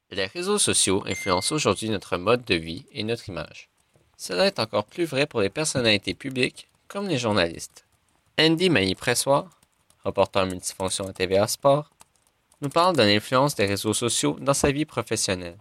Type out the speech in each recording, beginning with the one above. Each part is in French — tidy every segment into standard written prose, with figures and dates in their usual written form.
Les réseaux sociaux influencent aujourd'hui notre mode de vie et notre image. Cela est encore plus vrai pour les personnalités publiques, comme les journalistes. Andy Mailly-Pressoir, reporter multifonction à TVA Sport, nous parle de l'influence des réseaux sociaux dans sa vie professionnelle.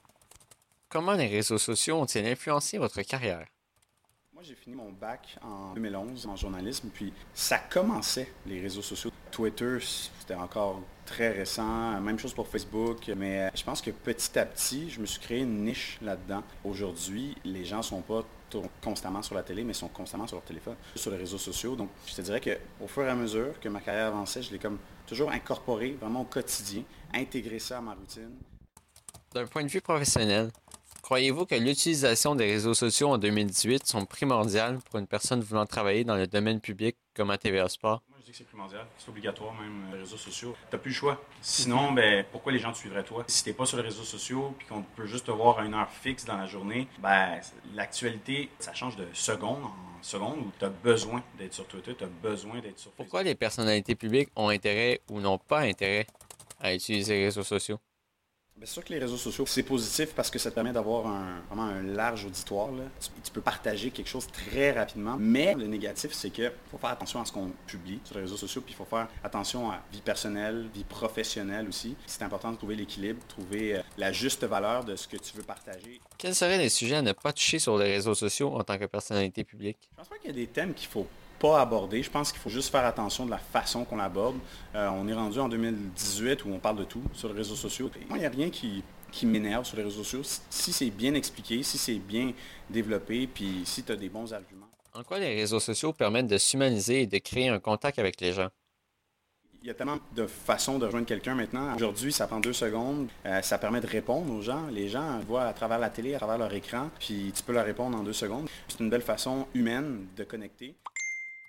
Comment les réseaux sociaux ont-ils influencé votre carrière? Moi, j'ai fini mon bac en 2011 en journalisme, puis ça commençait, les réseaux sociaux. Twitter, c'était encore très récent, même chose pour Facebook, mais je pense que petit à petit, je me suis créé une niche là-dedans. Aujourd'hui, les gens sont pas constamment sur la télé, mais sont constamment sur leur téléphone, sur les réseaux sociaux. Donc, je te dirais qu'au fur et à mesure que ma carrière avançait, je l'ai comme toujours incorporé vraiment au quotidien, intégré ça à ma routine. D'un point de vue professionnel, croyez-vous que l'utilisation des réseaux sociaux en 2018 sont primordiales pour une personne voulant travailler dans le domaine public comme à TVA Sport? Moi, je dis que c'est primordial, c'est obligatoire même, les réseaux sociaux. T'as plus le choix. Sinon, ben, pourquoi les gens te suivraient toi? Si t'es pas sur les réseaux sociaux, puis qu'on peut juste te voir à une heure fixe dans la journée, ben, l'actualité, ça change de seconde en seconde où t'as besoin d'être sur Twitter, t'as besoin d'être sur Pourquoi Facebook. les personnalités publiques ont intérêt ou n'ont pas intérêt à utiliser les réseaux sociaux? Bien sûr que les réseaux sociaux, c'est positif parce que ça te permet d'avoir vraiment un large auditoire, là. Tu peux partager quelque chose très rapidement, mais le négatif, c'est qu'il faut faire attention à ce qu'on publie sur les réseaux sociaux, puis il faut faire attention à vie personnelle, vie professionnelle aussi. C'est important de trouver l'équilibre, trouver la juste valeur de ce que tu veux partager. Quels seraient les sujets à ne pas toucher sur les réseaux sociaux en tant que personnalité publique? Je pense pas qu'il y a des thèmes qu'il faut pas aborder. Je pense qu'il faut juste faire attention de la façon qu'on l'aborde. On est rendu en 2018 où on parle de tout sur les réseaux sociaux. Moi, il n'y a rien qui m'énerve sur les réseaux sociaux. Si c'est bien expliqué, si c'est bien développé, puis si tu as des bons arguments. En quoi les réseaux sociaux permettent de s'humaniser et de créer un contact avec les gens? Il y a tellement de façons de rejoindre quelqu'un maintenant. Aujourd'hui, ça prend 2 secondes. Ça permet de répondre aux gens. Les gens voient à travers la télé, à travers leur écran, puis tu peux leur répondre en 2 secondes. C'est une belle façon humaine de connecter.